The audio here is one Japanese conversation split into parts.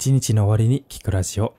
一日の終わりに聞くラジオ。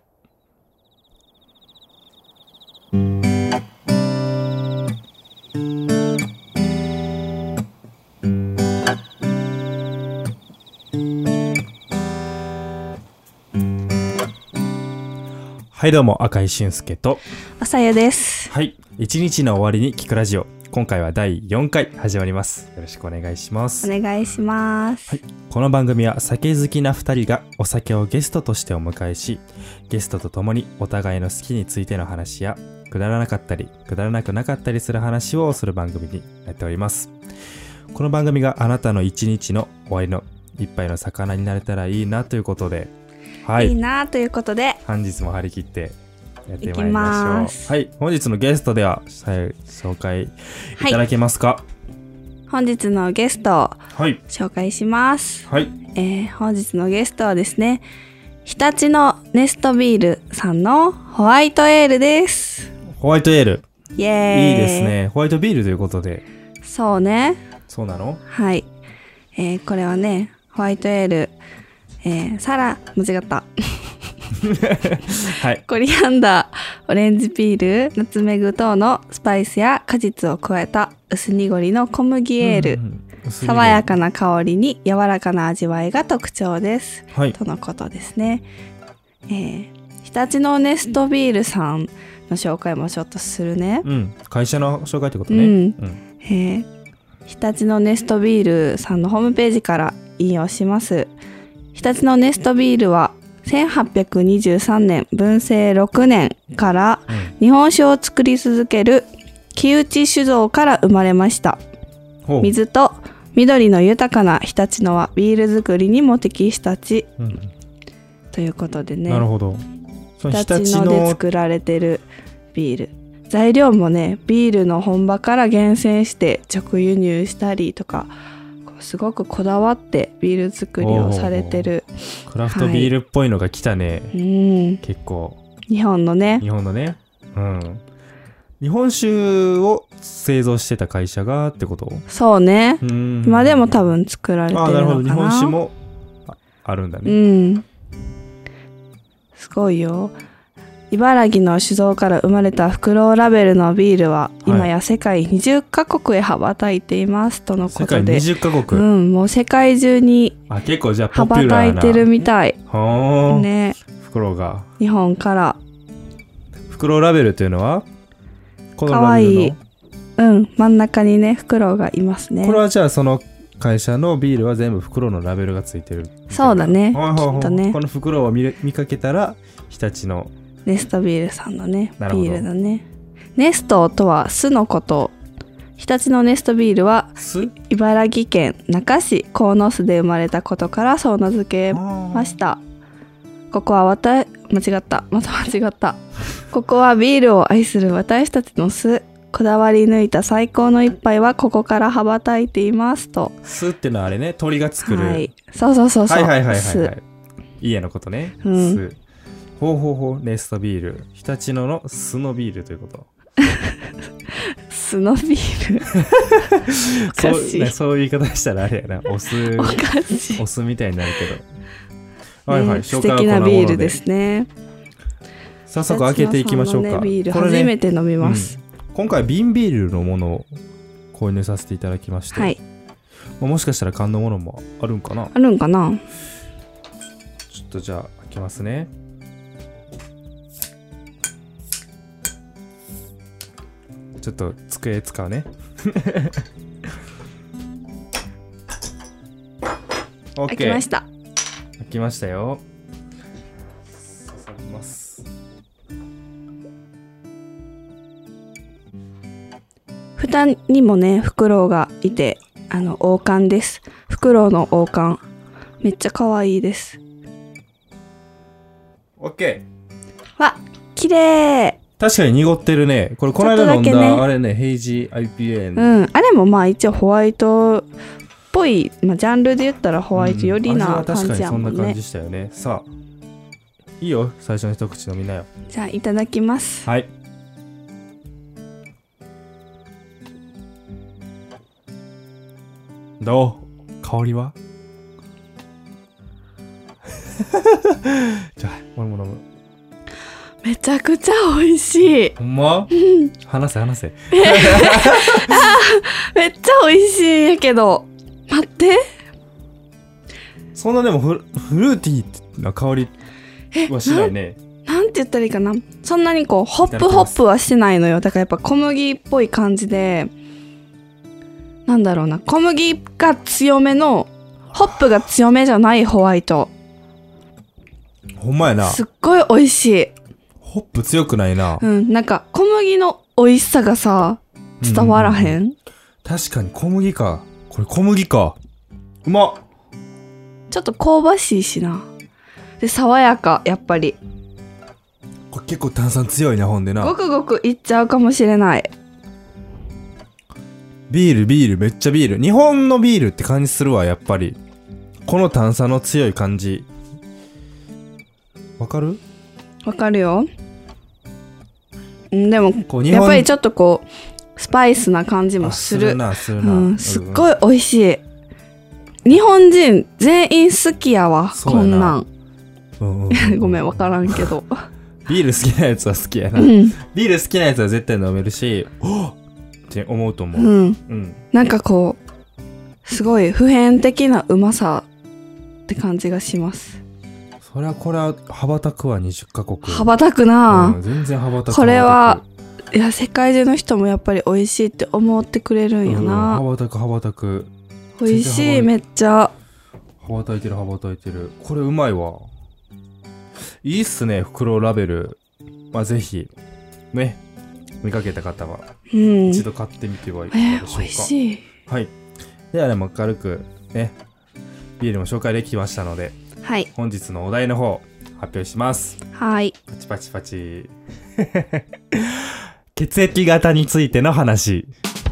はい、どうも赤井俊介とあさゆです。 はい、一日の終わりに聞くラジオ、今回は第4回始まります。よろしくお願いします。 お願いします。 はい、この番組は酒好きな2人がお酒をゲストとしてお迎えし、ゲストと共にお互いの好きについての話や、くだらなかったりくだらなくなかったりする話をする番組になっております。この番組があなたの一日の終わりの一杯の魚になれたらいいなということで、はい、 いいなということで本日も張り切ってやってまいりましょう。はい、本日のゲストでは紹介いただけますか？ 本日のゲストを紹介します。 はい、 本日のゲストはですね、日立のネストビールさんのホワイトエールです。 ホワイトエール、 イエーイ。 いいですね。ホワイトビールということで。 そうね。 そうなの？ はい、これはね、ホワイトエール、間違ったはい、コリアンダー、オレンジピール、ナツメグ等のスパイスや果実を加えた薄濁りの小麦エール、爽やかな香りに柔らかな味わいが特徴です、はい、とのことですね。日立のネストビールさんの紹介もちょっとするね、うん、 会社の紹介ってことね、 日立のネストビールさんのホームページから引用します。日立のネストビールは1823年文政6年から日本酒を作り続ける木内酒造から生まれました。水と緑の豊かな日立のはビール作りにも適した地、ということでね。 なるほど。 日立ので作られてるビール、材料もね、ビールの本場から厳選して直輸入したりとか、すごくこだわってビール作りをされてる。 クラフトビールっぽいのが来たね、はい、結構日本のね、 うん、日本酒を製造してた会社がってこと？ そうね。今でも多分作られてるのかな。 なるほど、日本酒も あるんだね。 すごいよ。茨城の酒造から生まれたフクロウラベルのビールは今や世界20カ国へ羽ばたいています、とのことで。 世界20カ国、 もう世界中に結構じゃあ羽ばたいてるみたいね。 フクロウが日本から。 フクロウラベルというのはこのかわいい、真ん中にねフクロウがいますね。 これはじゃあその会社のビールは全部フクロウのラベルがついてる？ そうだね、きっとね。 このフクロウを見かけたら日立のネストビールさんのねビールだね。ネストとは酢のこと。日立のネストビールは茨城県那珂市鴻巣で生まれたことからそう名付けました。ここは間違った。ここはビールを愛する私たちの酢、こだわり抜いた最高の一杯はここから羽ばたいていますと。 酢ってのはあれね、鳥が作る、はい、 そう、 はい家のことね、酢。ほうネストビール、日立の酢のビールということ。 酢のビールおかしいそういう言い方したらあれやな、お酢みたいになるけど、 素敵なビールですね。 早速開けていきましょうか。 ビール初めて飲みます、 今回瓶ビールのものを購入させていただきまして、もしかしたら缶のものもあるんかな。 ちょっとじゃあ開けますね。ちょっと机使うねOK、 開きました。 開きましたよ。注ぎます。 蓋にもねフクロウがいて、王冠です。フクロウの王冠、めっちゃ可愛いです。 OK。 わ、綺麗。 確かに濁ってるね。これこの間飲んだあれね、ヘイジ IPA、 あれもまあ一応ホワイトっぽい、ジャンルで言ったらホワイトよりな感じやもんね。 確かにそんな感じしたよね。さあいいよ、最初の一口飲みなよ。 じゃあいただきます。 はい。どう？香りはじゃあ俺も飲む。 めちゃくちゃ美味しい。 ほんま？話せ。 めっちゃ美味しいんやけど、待って。 そんなでもフルーティーな香りはしないね。 なんて言ったらいいかな。そんなにこうホップはしてないのよ。だからやっぱ小麦っぽい感じで、なんだろうな、小麦が強めの、ホップが強めじゃないホワイト。 ほんまやな。 すっごい美味しい。 ホップ強くないな。 うん、なんか小麦の美味しさがさ、伝わらへん？ 確かに小麦か。これ小麦か。うまっ。 ちょっと香ばしいしな。で、爽やか、やっぱり。 これ結構炭酸強いな、ほんでな。 ごくごくいっちゃうかもしれない。 ビール、めっちゃビール。日本のビールって感じするわ、やっぱり。この炭酸の強い感じ。わかる？ わかるよ。でも、やっぱりちょっとこう、スパイスな感じもする。 するな。 すっごい美味しい。日本人全員好きやわ、こんなん。ごめん、わからんけど。 ビール好きなやつは好きやな。ビール好きなやつは絶対飲めるし、って思うと思う。 なんかこう、すごい普遍的なうまさって感じがします。 それはこれは羽ばたくわ、20カ国。 羽ばたくな、 全然羽ばたく。 これはいや、世界中の人もやっぱり美味しいって思ってくれるんやな。 羽ばたく。 美味しい、めっちゃ。 羽ばたいてる。これうまいわ。いいっすね、袋ラベル。まあ、ぜひ、ね、見かけた方は、一度買ってみてはいかがでしょうか。 美味しい。 はい。ではね、もう軽く、ね、ビールも紹介できましたので、 はい。 本日のお題の方、発表します。 はい。 パチパチ。血液型についての話。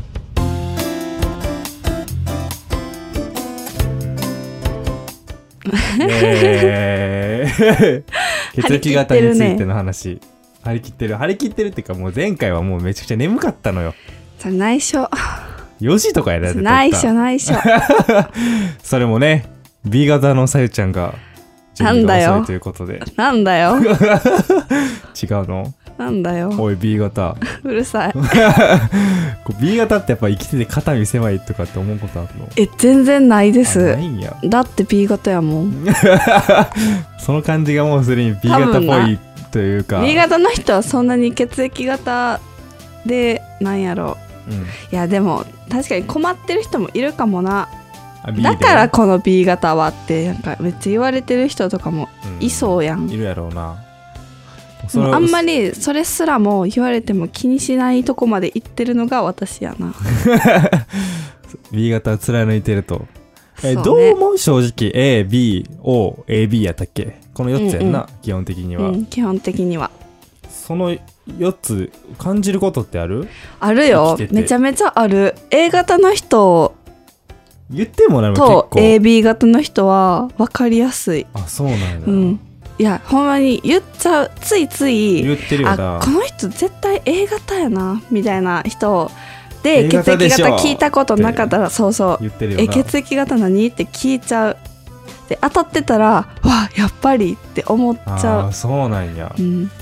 血液型についての話。張り切ってるっていうか、もう前回はもうめちゃくちゃ眠かったのよ。 それ内緒。 4時とかやられてた。 内緒。 それもね、B 型のさゆちゃんが準備が遅いということで。 なんだよ。 違うの？ なんだよ。 おい B 型。 うるさい。 B 型ってやっぱ生きてて肩身狭いとかって思うことあるの？ 全然ないです。 ないんや。 だって B 型やもん。 その感じがもうすでに B 型っぽいというか。 B 型の人はそんなに血液型でなんやろう。いやでも確かに困ってる人もいるかもな。だからこの B 型はってなんかめっちゃ言われてる人とかもいそうやん。 いるやろうな。 あんまりそれすらも言われても気にしないとこまで行ってるのが私やな。 B 型を貫いてると。どう思う？正直 A、B、O、AB やったっけ？この4つやんな、基本的には。 基本的には。 その4つ感じることってある？ あるよ。めちゃめちゃある。A 型の人言ってもらうと AB 型の人は分かりやすい。 あ、そうなんだ。 いやほんまに言っちゃう。ついつい言ってるよな。 この人絶対 A 型やなみたいな人で血液型聞いたことなかったらそう言ってるよな。 血液型何って聞いちゃう。で当たってたらわやっぱりって思っちゃう。 あ、そうなんや。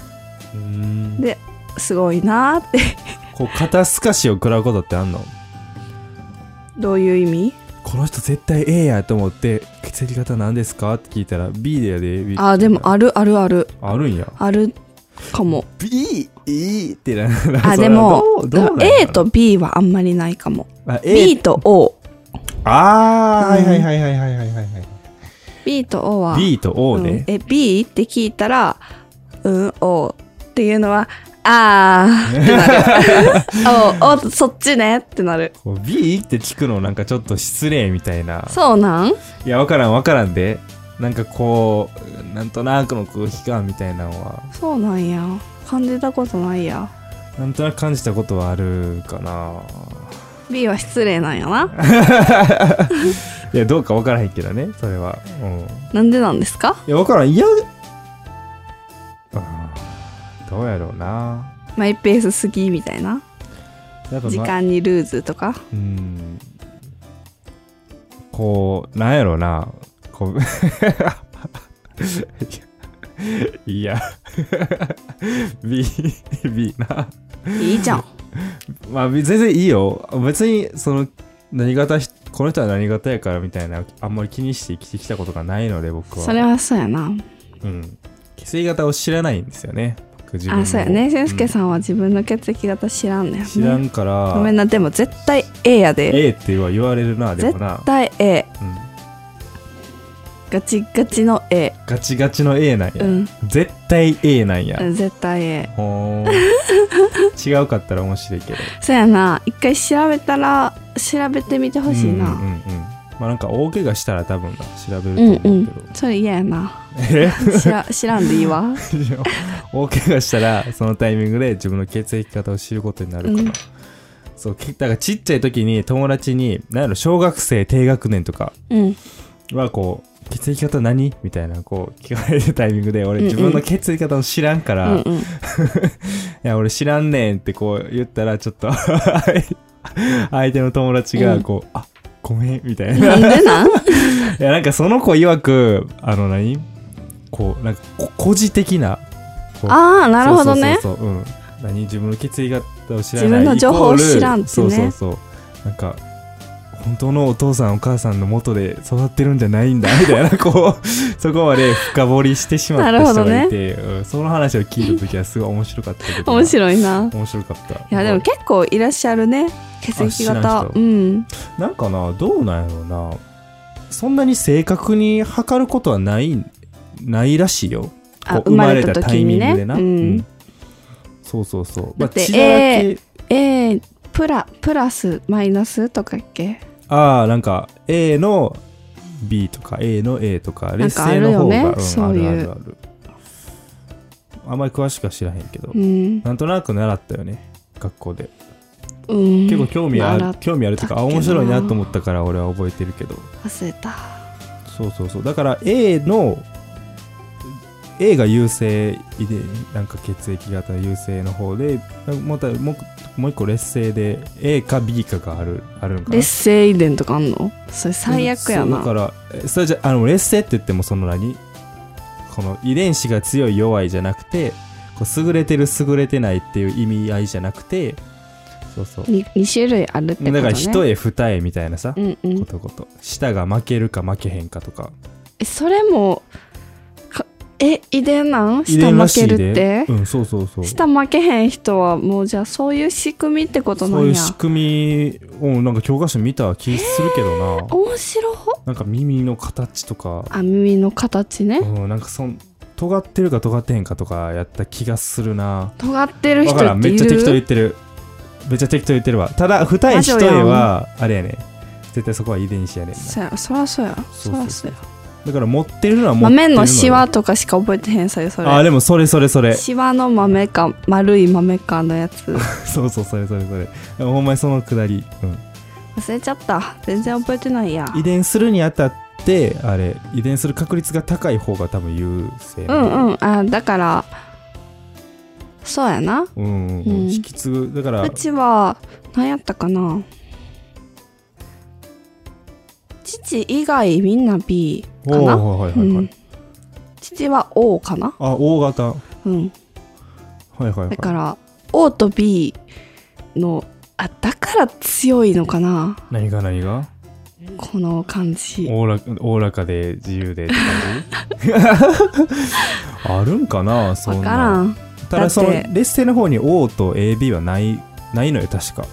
ですごいなーってこう肩透かしを食らうことってあんの？ どういう意味？ この人絶対 A やと思って血液型何ですかって聞いたら B だよね。 あ、でもあるあるんや。 あるかも。 B ってな。 あ、でもA と B はあんまりないかも。B と O。 はい。 B と O は B と O ね。 B って聞いたらO っていうのはってなる。そっちねってなる。 B って聞くのなんかちょっと失礼みたいな。 そうなん？いや、わからんで。なんかこうなんとなくの空気感みたいなのは。 そうなんや。感じたことないや。 なんとなく感じたことはあるかな。 B は失礼なんやな。 いや、どうかわからへんけどね、それは。 なんでなんですか？ いや、わからん。どうやろうな。 マイペースすぎみたいな。時間にルーズとか。 こうなんやろうな。こういやB な。 いいじゃん。 まあ全然いいよ。別にその何型、この人は何型やからみたいなあんまり気にして生きてきたことがないので僕は。 それはそうやな。 うん。血液型を知らないんですよね。自分の。 そうやね。俊介さんは自分の血液型知らんねん、ね。 知らんから。 ごめんな、でも絶対 A やで。 A って言われるな、でもな。 絶対 A。ガチガチの A。 ガチガチの A なんや。絶対 A なんや。 絶対 A。 違うかったら面白いけど。 そうやな。一回調べてみてほしいな。 まあなんか大怪我したら多分調べると思うけど。 それ嫌やな。知らんでいいわ。 大怪我したらそのタイミングで自分の血液型を知ることになるから。そう、だからちっちゃい時に友達に何やろ、小学生低学年とかはこう、血液型何みたいなこう聞かれるタイミングで俺自分の血液型を知らんから、いや俺知らんねんってこう言ったらちょっと相手の友達がこう、あ、ごめんみたいな。 なんでなん？いやなんかその子曰くこうなんか孤児的な。 ああ、なるほどね。 そう、自分の血液型を知らない。 自分の情報を知らんってね。 そうなんか。本当のお父さんお母さんの元で育ってるんじゃないんだみたいなこうそこまで深掘りしてしまった人がいて、その話を聞いた時はすごい面白かったけど。 面白いな。 面白かった。いやでも結構いらっしゃるね、血液型。 なんかな、どうなんやろうな、そんなに正確に測ることはないらしいよ。生まれたタイミングでな。そうだって A プラスマイナスとかっけ。 なんか A の B とか A の A とか劣勢の方が、ある。あんまり詳しくは知らへんけど、なんとなく習ったよね、学校で。結構興味あるというか、面白いなと思ったから俺は覚えてるけど。 忘れた。 そうだから A が優勢で、なんか血液型優勢の方で、もう一個劣勢で A か B かがあるのかな。 劣勢遺伝とかあんの？それ最悪やな。 だからそれじゃ劣勢って言ってもそのこの遺伝子が強い弱いじゃなくて、こう優れてる優れてないっていう意味合いじゃなくて、そう 2種類あるってことね。 だから一重二重みたいなさ、こと舌が負けるか負けへんかとか。 それも遺伝なん？下負けるって？ そう下負けへん人はもうじゃあそういう仕組みってことなんや。 そういう仕組みをなんか教科書見た気するけどな。 面白い。 なんか耳の形とか。 耳の形ね。 なんか尖ってるか尖ってへんかとかやった気がするな。 尖ってる人っている？ めっちゃ適当言ってる。めっちゃ適当言ってるわ。ただ二重一重はあれやね。絶対そこは遺伝子やねんな。 そらそうや。 だから持ってるのは持ってるの。 豆のシワとかしか覚えてへんさよ、それ。 でもそれ。 シワの豆か丸い豆かのやつ。 そうそれ。ほんまにそのくだり。 忘れちゃった。全然覚えてないや。 遺伝するにあたって遺伝する確率が高い方が多分優勢。 だからそうやな。 引き継ぐ。だからうちは何やったかな。父以外みんな B かな。父は O かな。 O 型。 だから O と B のだから強いのかな。 何がこの感じ。 おおらかで自由でって感じ。あるんかな、そんな。 分からん。 ただその劣勢の方に O と AB はないのよ、確か。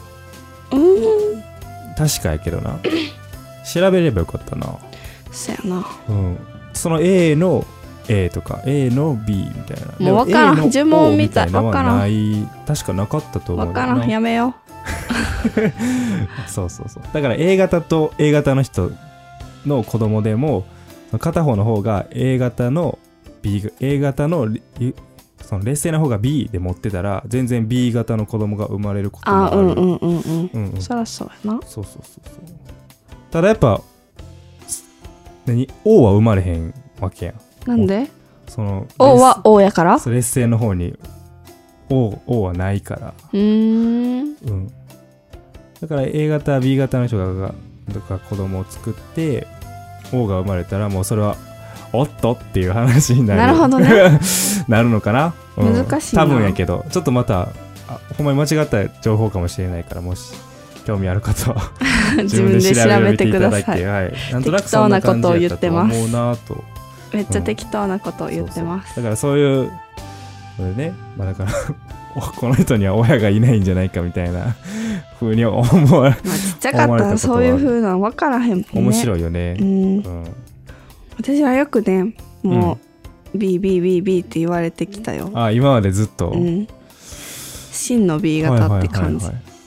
確かやけどな。調べればよかったな。 そうやな。 その A の A とか A の B みたいな。 もう分からん。呪文みたいな。分からん。確かなかったと思う。 分からん。やめよう。そう。だから A 型と A 型の人の子供でも、片方の方が A 型の A 型のその劣勢の方が B で持ってたら全然 B 型の子供が生まれることもある。 そりゃそうやな。 そう。ただやっぱO は生まれへんわけやん。 なんで？ その O は O やから？ 劣勢の方に O はないから。だから A 型 B 型の人が子供を作って O が生まれたらもうそれはおっとっていう話になる。 なるほどねなるのかな、 難しいな。 多分やけど、ちょっとまたほんまに間違った情報かもしれないから、もし興味ある方は自分で調べてください。 はい、なんとなくそんな感じやったと思うなと。 めっちゃ適当なことを言ってます。 そうそう、だからそういうこれね、まあだからこの人には親がいないんじゃないかみたいな風に思われ、 まあ、ちっちゃかったらそういう風なの分からへんもんね。 面白いよね、 私はよくね、もう、BBBB って言われてきたよ。 今までずっと、 真の B 型って感じ。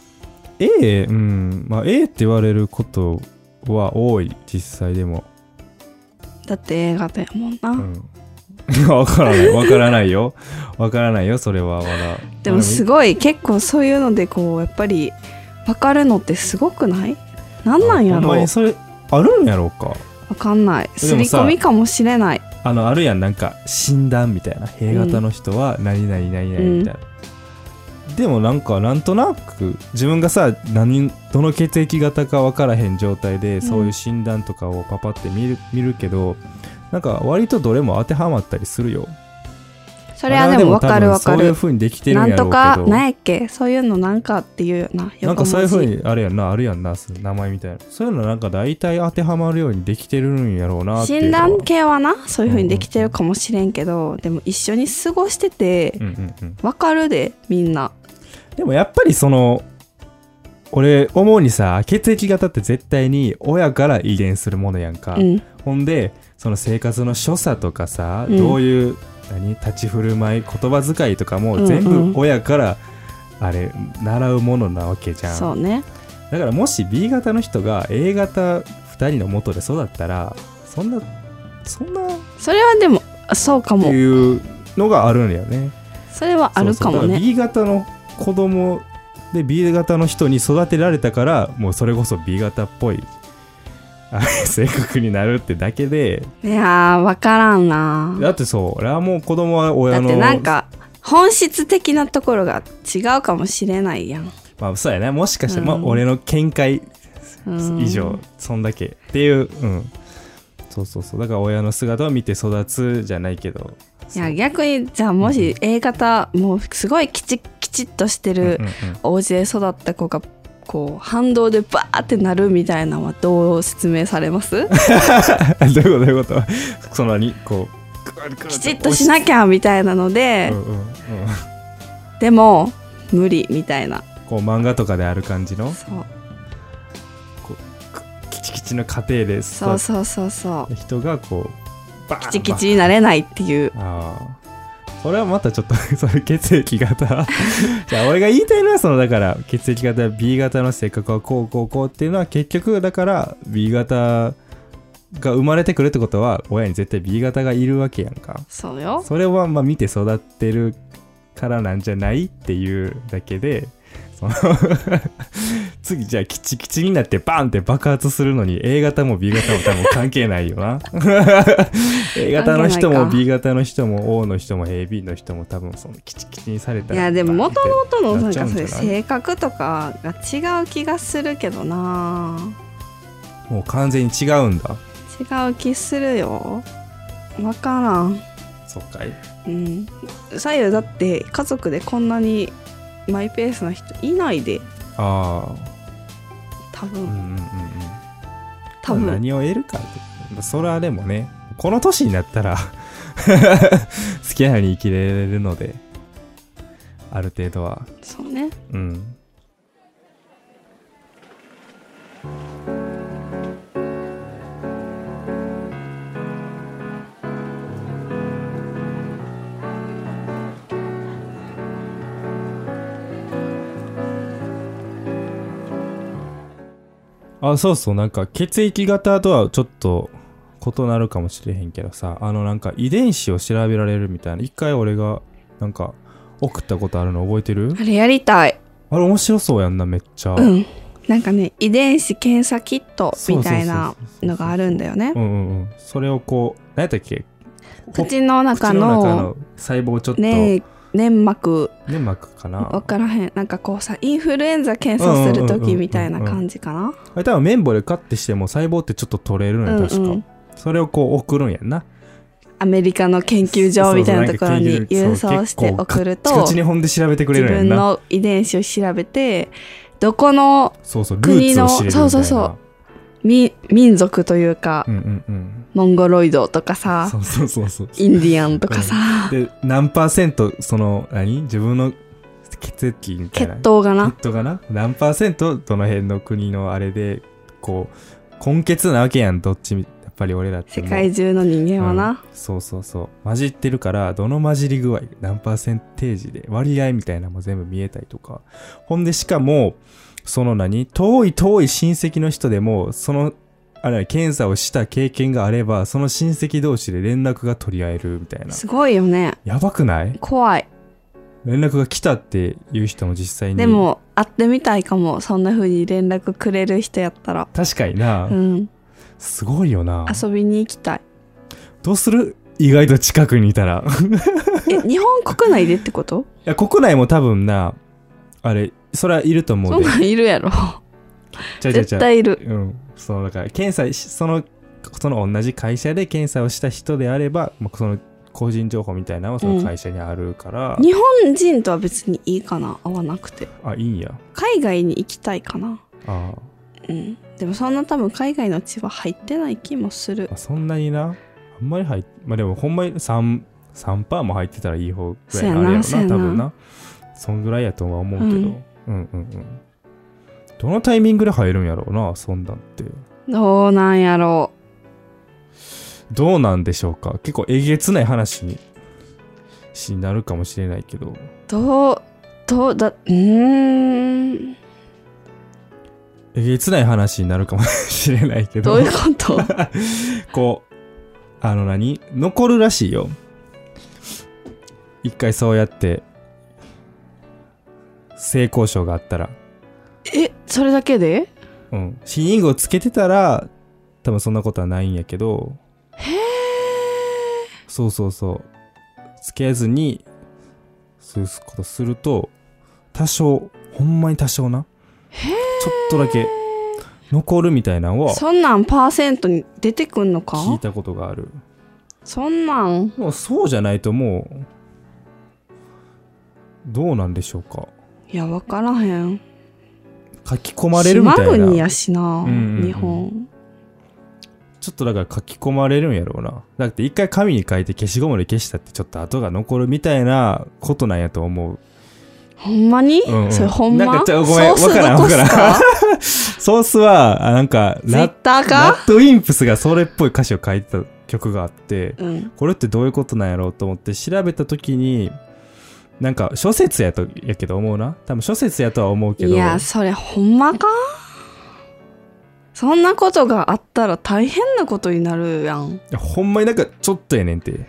A、まあ A って言われることは多い、実際でも。 だって A 型やもんな。 わからないよ、それはまだ。 でもすごい、結構そういうのでこうやっぱり分かるのってすごくない？なんなんやろう。 ほんまにそれあるんやろうか。 分かんない。刷り込みかもしれない。 あるやん、なんか診断みたいな、A 型の人は何々何々みたいな、でもなんとなく自分がさ、どの血液型か分からへん状態でそういう診断とかをパパって見るけど、なんか割とどれも当てはまったりするよ。 それはでも分かる。 そういう風にできてるんやろうけど、 なんとかなんやっけ、そういうのなんかっていうよな。 なんかそういう風にあるやんな、名前みたいな、そういうのなんか大体当てはまるようにできてるんやろうなっていう。 診断系はな、そういう風にできてるかもしれんけど、でも一緒に過ごしてて分かるで、みんな。 でもやっぱり俺思うにさ、血液型って絶対に親から遺伝するものやんか、ほんでその生活の所作とかさ、どういう立ち振る舞い、言葉遣いとかも全部親から習うものなわけじゃん。 そうね。 だからもし B 型の人が A 型2人の元で育ったら、それはでもそうかもっていうのがあるんだよね。 それはあるかもね。 そうそう、だから B 型の子供で B 型の人に育てられたから、もうそれこそ B 型っぽい性格になるってだけで。 いやー、分からんな。 だって俺はもう子供は親の、 だってなんか本質的なところが違うかもしれないやん。 まあそうやね、もしかしたら、まあ俺の見解以上、そんだけっていう、そうだから親の姿を見て育つじゃないけど、 いや逆にじゃあもし A 型、もうすごいきちっとしてるお家で育った子がこう反動でバーってなるみたいなのはどう説明されます？ どういうことこうきちっとしなきゃみたいなので、でも無理みたいな、 こう漫画とかである感じの、 そうこうキチキチの家庭でそう人がこうキチキチになれないっていう。 それはまたちょっとそれ血液型じゃあ俺が言いたいのはだから血液型 B 型の性格はこうっていうのは、結局だから B 型が生まれてくるってことは親に絶対 B 型がいるわけやんか。 そうよ。 それはまあ見て育ってるからなんじゃないっていうだけで、次じゃあキチキチになってバンって爆発するのに A 型も B 型も多分関係ないよな。A 型の人も B 型の人も O の人も AB の人も多分キチキチにされたら、 いやでも元々のなんかそういう性格とかが違う気がするけどな。 もう完全に違うんだ。 違う気するよ。分からん。 そっかい。 左右だって家族でこんなにマイペースな人いないで。多分。多分何を得るかって、それはでもね、この年になったら好きなように生きれるので、ある程度は。 そうね。 そうそう、なんか血液型とはちょっと異なるかもしれへんけどさ、なんか遺伝子を調べられるみたいな、一回俺がなんか送ったことあるの覚えてる？ あれやりたい。 あれ面白そうやんな、めっちゃ。 なんかね、遺伝子検査キットみたいなのがあるんだよね。 それをこう、何やったっけ？ 口の中の細胞ちょっと、 粘膜かな、 分からへん。なんかこうさ、インフルエンザ検査するときみたいな感じかな。 あれ多分綿棒でカッてしても細胞ってちょっと取れるのよ、確か。それをこう送るんやんな。 アメリカの研究所みたいなところに郵送して送ると、 カチカチに本で調べてくれるんやんな。 自分の遺伝子を調べて、どこの国の、そう民族というか、モンゴロイドとかさ、インディアンとかさ、 で何%その自分の血液みたいな血統がな何%どの辺の国のあれでこう根血なわけやん、どっちやっぱり俺らって世界中の人間はな、 そう混じってるから、どの混じり具合何%で割合みたいなのも全部見えたりとか、ほんでしかもその遠い親戚の人でもその検査をした経験があれば、その親戚同士で連絡が取り合えるみたいな。 すごいよね。 やばくない？ 怖い。 連絡が来たっていう人も実際に。 でも会ってみたいかも、そんな風に連絡くれる人やったら。 確かにな、すごいよな。 遊びに行きたい。 どうする？意外と近くにいたら日本国内でってこと？ いや、国内も多分な、それはいると思うで。 そんなんいるやろ。絶対いる。 そうだから検査その同じ会社で検査をした人であれば、その個人情報みたいなのはその会社にあるから、 日本人とは別にいいかな、会わなくて。 いいんや。 海外に行きたいかな。 でもそんな多分海外の血は入ってない気もする。 そんなにな、あんまりでもほんまに 3% も入ってたらいい方ぐらいのあれやろな、多分な。そんぐらいやとは思うけど、どのタイミングで入るんやろうな、そんなんって。 どうなんやろう。どうなんでしょうか。結構えげつない話になるかもしれないけど。えげつない話になるかもしれないけど。 どういうことこう、残るらしいよ。一回そうやって、性交渉があったら。 それだけで？ 死因具をつけてたら多分そんなことはないんやけど、そうつけずにそういうことすると多少、ほんまに多少な、ちょっとだけ残るみたいなのは、 そんなんパーセントに出てくんのか？ 聞いたことがある。 そんなんでもそうじゃないともうどうなんでしょうか。 いや、分からへん。 書き込まれるみたいな。 島国やしな、日本。 ちょっとだから書き込まれるんやろうな。だって一回紙に書いて消しゴムで消したってちょっと跡が残るみたいなことなんやと思う。 ほんまに？それほんま？ なんかごめん、わからん。ソースはなんかツイッターか？ ラッドウィンプスがそれっぽい歌詞を書いてた曲があって、これってどういうことなんやろうと思って調べたときに、なんか諸説やけど思うな。多分諸説やとは思うけど。 いや、それほんまか？そんなことがあったら大変なことになるやん。いや、ほんまになんかちょっとやねんて。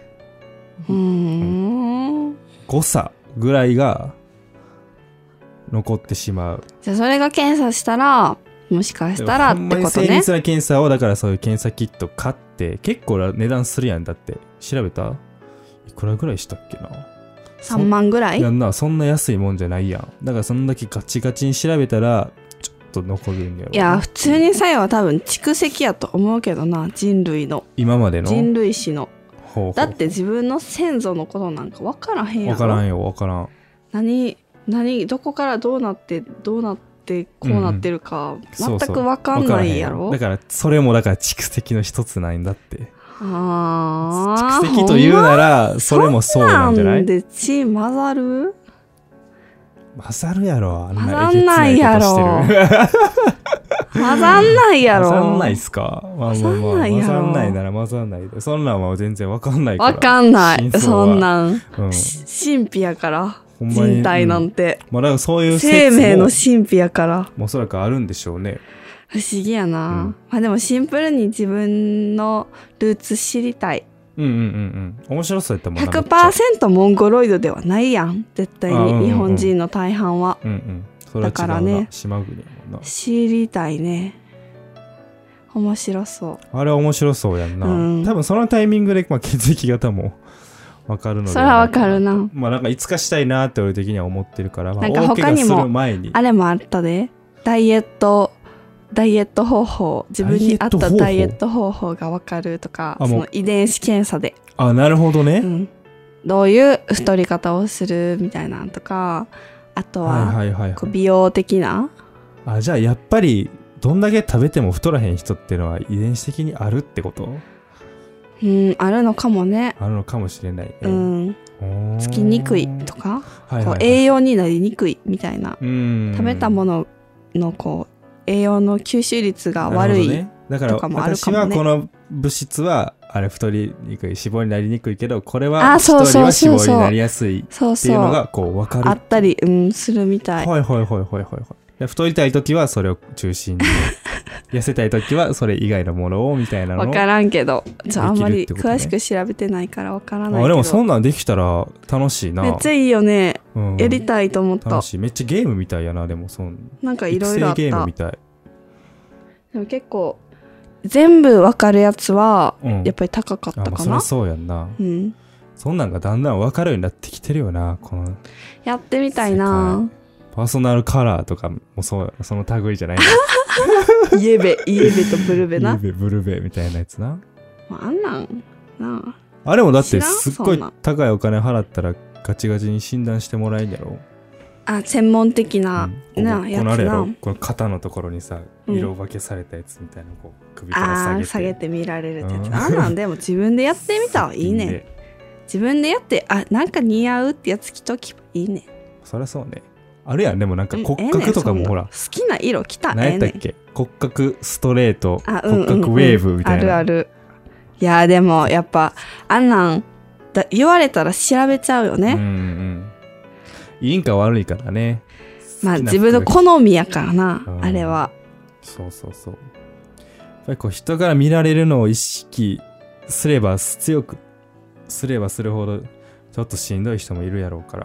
誤差ぐらいが残ってしまう。 じゃあそれが検査したら、もしかしたらってことね。ほんまに精密な検査を、だからそういう検査キット買って結構値段するやん。だって調べた？いくらぐらいしたっけな。 3万ぐらい？ いやな、そんな安いもんじゃないやん。だからそんだけガチガチに調べたらちょっと残るんやろ。 いや、普通に作用は多分蓄積やと思うけどな、人類の。 今までの人類史の。だって自分の先祖のことなんか分からへんやろ。 分からんよ、分からん。 どこからどうなってこうなってるか、全く分かんないやろ。 だからそれも蓄積の一つなんだって。 蓄積というならそれもそうなんじゃない？ そんなんで血混ざる？ 混ざるやろ。あんなえげつないことしてる。混ざんないやろ。 混ざんないっすか。混ざんないなら混ざんないで。そんなんは全然分かんないから。 分かんない。そんなん、神秘やから。人体なんて、 だからそういう生命の神秘やから。 おそらくあるんでしょうね。 不思議やな、でもシンプルに自分のルーツ知りたい。 面白そうやったもん。 100% モンゴロイドではないやん、絶対に。日本人の大半は。だからね、 島国やもんな。 知りたいね。面白そう。 あれ面白そうやんな、多分そのタイミングで、血液型も分かるので、 それは分かるな。 なんかいつかしたいなって俺的には思ってるから、 なんか他にもあれもあったで。ダイエットダイエット方法、自分に合ったダイエット方法が分かるとか、その遺伝子検査で。 なるほどね、 どういう太り方をするみたいなとか、あとは美容的な。 じゃあやっぱりどんだけ食べても太らへん人っていうのは遺伝子的にあるってこと？ あるのかもね。 あるのかもしれないね。 つきにくいとか、こう栄養になりにくいみたいな。食べたもののこう栄養の吸収率が悪いとかもあるかもね。だから私はこの物質は太りにくい、脂肪になりにくいけど、これは人よりは脂肪になりやすいっていうのがこう分かる。 あったり、するみたい。 太りたい時はそれを中心に痩せたい時はそれ以外のものをみたいなのを分からんけど、あんまり詳しく調べてないから分からないけど。 でもそんなんできたら楽しいな。 めっちゃいいよね、やりたいと思った。 楽しい。めっちゃゲームみたいやな。でもなんかいろいろあった。 育成ゲームみたい。 でも結構全部分かるやつはやっぱり高かったかな。 そりゃそうやんな。そんなんがだんだん分かるようになってきてるよな。このやってみたいな。 パーソナルカラーとかもその類じゃないイエベとブルベな。 イエベブルベみたいなやつな。 あんなんなあれもだってすっごい高いお金払ったらガチガチに診断してもらえんやろ。 専門的な、やつな。 このあれやろ、この肩のところにさ、色分けされたやつみたいな、こう首から下げて見られるってやつ。あんなんでも自分でやってみたらいいね。自分でやって、なんか似合うってやつ着ときばいいね。 そりゃそうね。あるやん。でもなんか骨格とかもほら、 好きな色着た。 何やったっけ、骨格ストレート、骨格ウェーブみたいな。 ある。いやでもやっぱあんなん言われたら調べちゃうよね。 いいんか悪いからね。 自分の好みやからな、あれは。 そう。やっぱりこう人から見られるのを意識すれば強くすればするほどちょっとしんどい人もいるやろうから。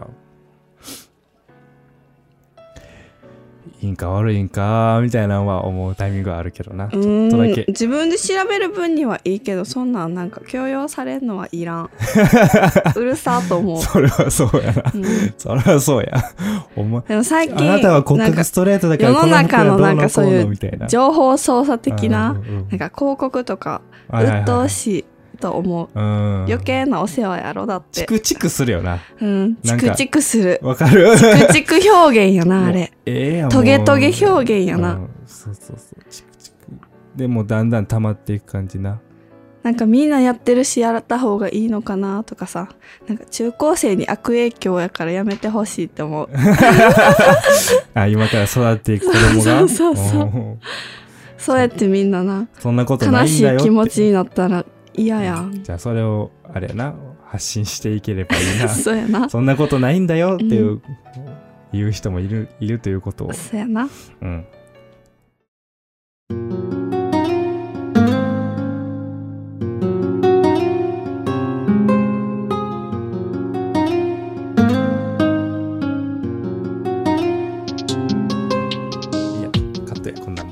いいんか悪いんかみたいなのは思うタイミングはあるけどな。ちょっとだけ自分で調べる分にはいいけど、そんなんか強要されるのはいらん。うるさと思う。 それはそうやな、それはそうや。 でも最近あなたは骨格ストレートだから世の中のなんかそういう情報操作的な、なんか広告とか鬱陶しいと思う。余計なお世話やろ。だってチクチクするよな。 チクチクする。 わかる。 チクチク表現やなあれ。トゲトゲ表現やな。 そうチクチクでもだんだん溜まっていく感じな。 なんかみんなやってるしやった方がいいのかなとかさ、なんか中高生に悪影響やからやめてほしいって思う。 今から育っていく子供がそうやってみんなな、 そんなことないんだよって悲しい気持ちになったら嫌やん。 じゃあそれをあれやな、発信していければいいな。 そうやな。 そんなことないんだよっていう、言う人もいるということを。 そうやな。いやカットやこんなんも。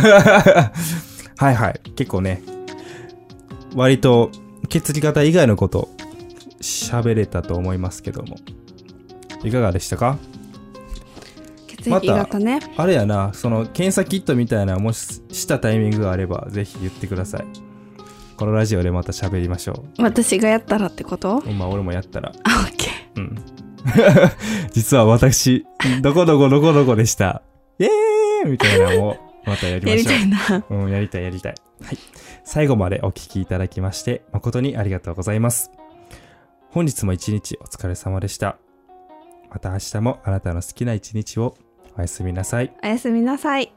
はい結構ね。割と血液型以外のこと喋れたと思いますけども、いかがでしたか？ 血液型ね。 あれやな、その検査キットみたいなもししたタイミングがあればぜひ言ってください。このラジオでまた喋りましょう。 私がやったらってこと？ 俺もやったら。 オッケー。実は私どこどこでした。みたいなのもまたやりましょう。 やりたいな。 やりたい。はい。最後までお聞きいただきまして誠にありがとうございます。本日も一日お疲れ様でした。また明日もあなたの好きな一日を。おやすみなさい。 おやすみなさい。